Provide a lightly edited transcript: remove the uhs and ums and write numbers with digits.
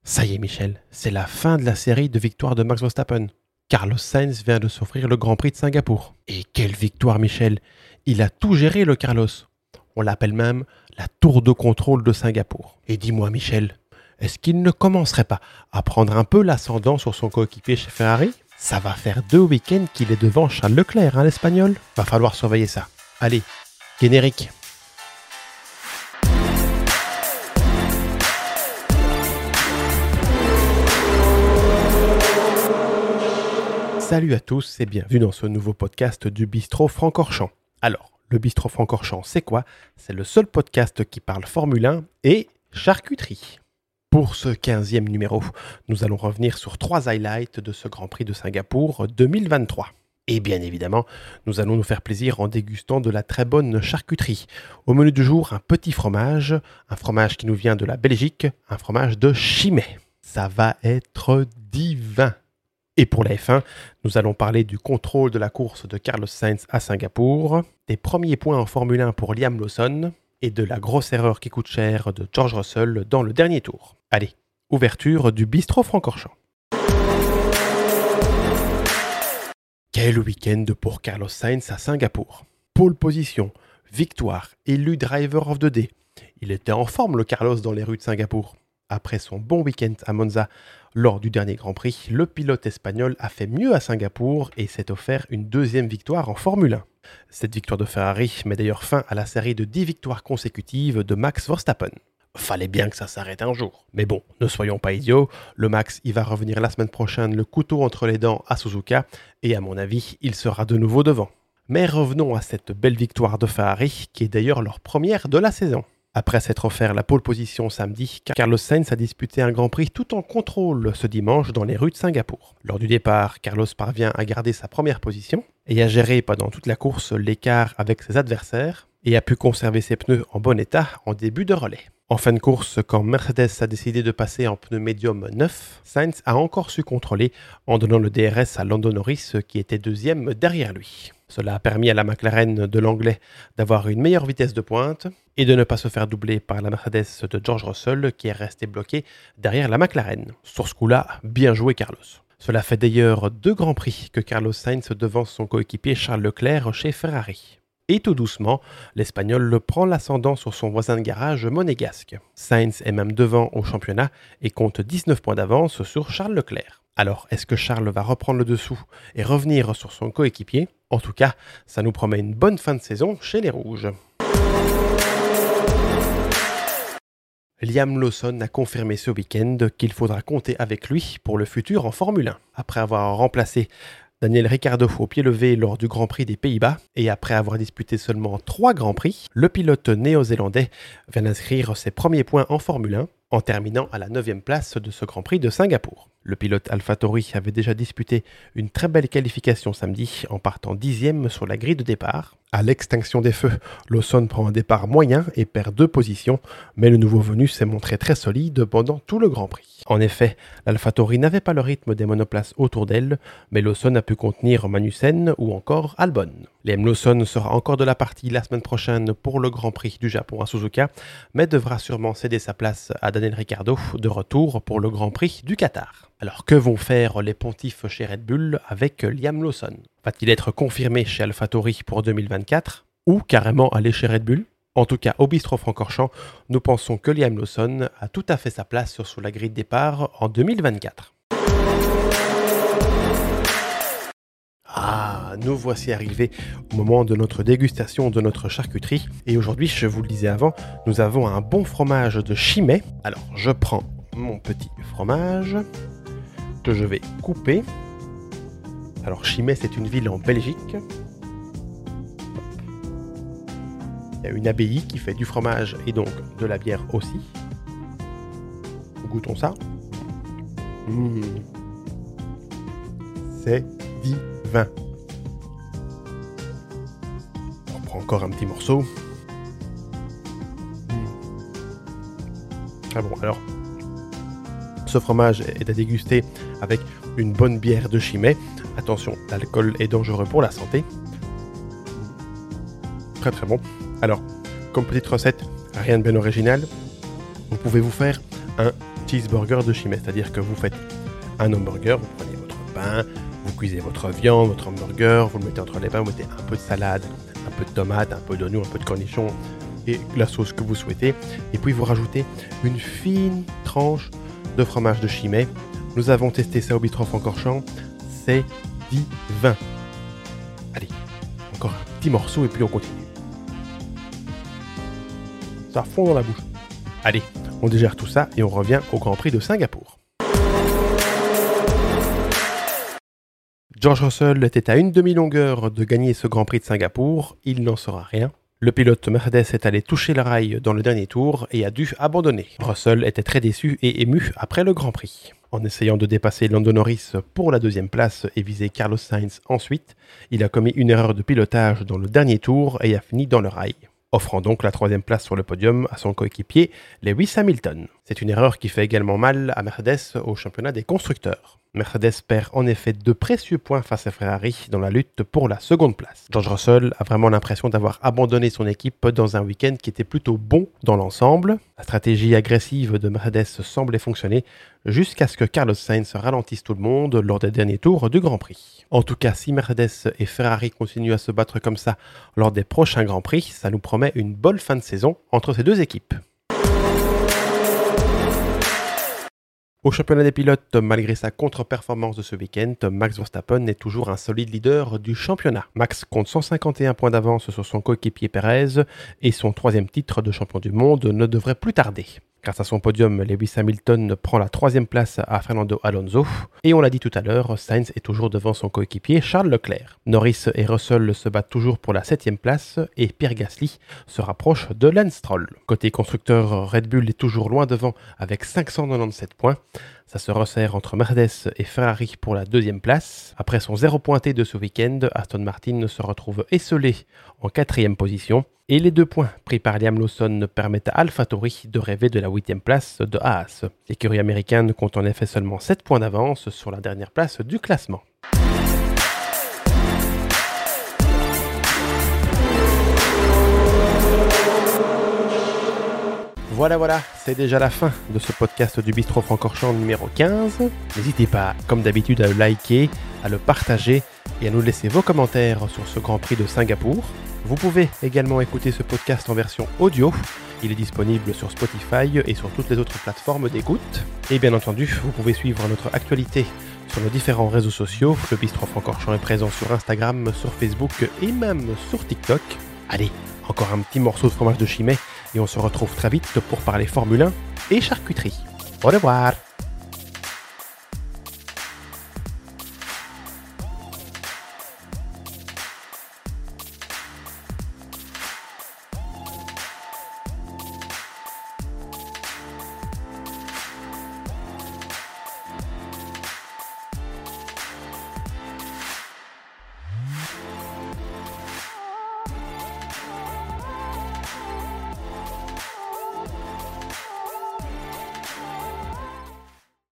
Ça y est Michel, c'est la fin de la série de victoires de Max Verstappen. Carlos Sainz vient de s'offrir le Grand Prix de Singapour. Et quelle victoire Michel! Il a tout géré le Carlos. On l'appelle même la tour de contrôle de Singapour. Et dis-moi Michel, est-ce qu'il ne commencerait pas à prendre un peu l'ascendant sur son coéquipier chez Ferrari? Ça va faire 2 week-ends qu'il est devant Charles Leclerc, l'Espagnol. Va falloir surveiller ça. Allez, générique. Salut à tous et bienvenue dans ce nouveau podcast du Bistrot Francorchamps. Alors, le Bistrot Francorchamps, c'est quoi? C'est le seul podcast qui parle Formule 1 et charcuterie. Pour ce 15e numéro, nous allons revenir sur 3 highlights de ce Grand Prix de Singapour 2023. Et bien évidemment, nous allons nous faire plaisir en dégustant de la très bonne charcuterie. Au menu du jour, un petit fromage, un fromage qui nous vient de la Belgique, un fromage de Chimay. Ça va être divin! Et pour la F1, nous allons parler du contrôle de la course de Carlos Sainz à Singapour, des premiers points en Formule 1 pour Liam Lawson et de la grosse erreur qui coûte cher de George Russell dans le dernier tour. Allez, ouverture du Bistrot Francorchamps. Quel week-end pour Carlos Sainz à Singapour. Pole position, victoire, élu Driver of the Day. Il était en forme le Carlos dans les rues de Singapour. Après son bon week-end à Monza lors du dernier Grand Prix, le pilote espagnol a fait mieux à Singapour et s'est offert une 2e victoire en Formule 1. Cette victoire de Ferrari met d'ailleurs fin à la série de 10 victoires consécutives de Max Verstappen. Fallait bien que ça s'arrête un jour. Mais bon, ne soyons pas idiots, le Max il va revenir la semaine prochaine le couteau entre les dents à Suzuka et à mon avis, il sera de nouveau devant. Mais revenons à cette belle victoire de Ferrari qui est d'ailleurs leur première de la saison. Après s'être offert la pole position samedi, Carlos Sainz a disputé un Grand Prix tout en contrôle ce dimanche dans les rues de Singapour. Lors du départ, Carlos parvient à garder sa première position et à gérer pendant toute la course l'écart avec ses adversaires et a pu conserver ses pneus en bon état en début de relais. En fin de course, quand Mercedes a décidé de passer en pneu médium 9, Sainz a encore su contrôler en donnant le DRS à Lando Norris qui était 2e derrière lui. Cela a permis à la McLaren de l'anglais d'avoir une meilleure vitesse de pointe et de ne pas se faire doubler par la Mercedes de George Russell qui est resté bloqué derrière la McLaren. Sur ce coup-là, bien joué Carlos. Cela fait d'ailleurs 2 Grands Prix que Carlos Sainz devance son coéquipier Charles Leclerc chez Ferrari. Et tout doucement, l'Espagnol prend l'ascendant sur son voisin de garage monégasque. Sainz est même devant au championnat et compte 19 points d'avance sur Charles Leclerc. Alors, est-ce que Charles va reprendre le dessous et revenir sur son coéquipier? En tout cas, ça nous promet une bonne fin de saison chez les Rouges. Liam Lawson a confirmé ce week-end qu'il faudra compter avec lui pour le futur en Formule 1. Après avoir remplacé Daniel Ricciardo au pied levé lors du Grand Prix des Pays-Bas et après avoir disputé seulement 3 Grands Prix, le pilote néo-zélandais vient d'inscrire ses premiers points en Formule 1 en terminant à la 9e place de ce Grand Prix de Singapour. Le pilote AlphaTauri avait déjà disputé une très belle qualification samedi en partant 10e sur la grille de départ. À l'extinction des feux, Lawson prend un départ moyen et perd 2 positions, mais le nouveau venu s'est montré très solide pendant tout le Grand Prix. En effet, l'AlphaTauri n'avait pas le rythme des monoplaces autour d'elle, mais Lawson a pu contenir Magnussen ou encore Albon. Liam Lawson sera encore de la partie la semaine prochaine pour le Grand Prix du Japon à Suzuka, mais devra sûrement céder sa place à Daniel Ricciardo de retour pour le Grand Prix du Qatar. Alors que vont faire les pontifs chez Red Bull avec Liam Lawson? Va-t-il être confirmé chez AlphaTauri pour 2024 ou carrément aller chez Red Bull? En tout cas, au Bistrot Francorchamps, nous pensons que Liam Lawson a tout à fait sa place sur la grille de départ en 2024. Nous voici arrivés au moment de notre dégustation de notre charcuterie. Et aujourd'hui, je vous le disais avant, nous avons un bon fromage de Chimay. Alors, je prends mon petit fromage que je vais couper. Alors, Chimay, c'est une ville en Belgique. Il y a une abbaye qui fait du fromage et donc de la bière aussi. Goûtons ça. C'est divin. On prend encore un petit morceau. Ah bon, alors, ce fromage est à déguster avec une bonne bière de Chimay. Attention, l'alcool est dangereux pour la santé. Très très bon. Alors, comme petite recette, rien de bien original, vous pouvez vous faire un cheeseburger de Chimay. C'est-à-dire que vous faites un hamburger, vous prenez votre pain, vous cuisez votre viande, votre hamburger, vous le mettez entre les pains, vous mettez un peu de salade, un peu de tomate, un peu d'oignon, un peu de cornichon et la sauce que vous souhaitez. Et puis vous rajoutez une fine tranche de fromage de Chimay. Nous avons testé ça au Bistro Francorchamps, c'est divin. Allez, encore un petit morceau et puis on continue. Ça fond dans la bouche. Allez, on digère tout ça et on revient au Grand Prix de Singapour. George Russell était à une demi-longueur de gagner ce Grand Prix de Singapour, il n'en saura rien. Le pilote Mercedes est allé toucher la rail dans le dernier tour et a dû abandonner. Russell était très déçu et ému après le Grand Prix. En essayant de dépasser Lando Norris pour la deuxième place et viser Carlos Sainz ensuite, il a commis une erreur de pilotage dans le dernier tour et a fini dans le rail, offrant donc la troisième place sur le podium à son coéquipier Lewis Hamilton. C'est une erreur qui fait également mal à Mercedes au championnat des constructeurs. Mercedes perd en effet de précieux points face à Ferrari dans la lutte pour la seconde place. George Russell a vraiment l'impression d'avoir abandonné son équipe dans un week-end qui était plutôt bon dans l'ensemble. La stratégie agressive de Mercedes semblait fonctionner jusqu'à ce que Carlos Sainz ralentisse tout le monde lors des derniers tours du Grand Prix. En tout cas, si Mercedes et Ferrari continuent à se battre comme ça lors des prochains Grands Prix, ça nous promet une bonne fin de saison entre ces deux équipes. Au championnat des pilotes, malgré sa contre-performance de ce week-end, Max Verstappen est toujours un solide leader du championnat. Max compte 151 points d'avance sur son coéquipier Perez et son troisième titre de champion du monde ne devrait plus tarder. Grâce à son podium, Lewis Hamilton prend la troisième place à Fernando Alonso. Et on l'a dit tout à l'heure, Sainz est toujours devant son coéquipier Charles Leclerc. Norris et Russell se battent toujours pour la septième place et Pierre Gasly se rapproche de Lance Stroll. Côté constructeur, Red Bull est toujours loin devant avec 597 points. Ça se resserre entre Mercedes et Ferrari pour la deuxième place. Après son zéro pointé de ce week-end, Aston Martin se retrouve esselé en quatrième position. Et les 2 points pris par Liam Lawson permettent à AlphaTauri de rêver de la 8e place de Haas. L'écurie américaine compte en effet seulement 7 points d'avance sur la dernière place du classement. Voilà, c'est déjà la fin de ce podcast du Bistro Francorchamps numéro 15. N'hésitez pas, comme d'habitude, à le liker, à le partager et à nous laisser vos commentaires sur ce Grand Prix de Singapour. Vous pouvez également écouter ce podcast en version audio. Il est disponible sur Spotify et sur toutes les autres plateformes d'écoute. Et bien entendu, vous pouvez suivre notre actualité sur nos différents réseaux sociaux. Le Bistro Francorchamps est présent sur Instagram, sur Facebook et même sur TikTok. Allez, encore un petit morceau de fromage de Chimay et on se retrouve très vite pour parler Formule 1 et charcuterie. Au revoir!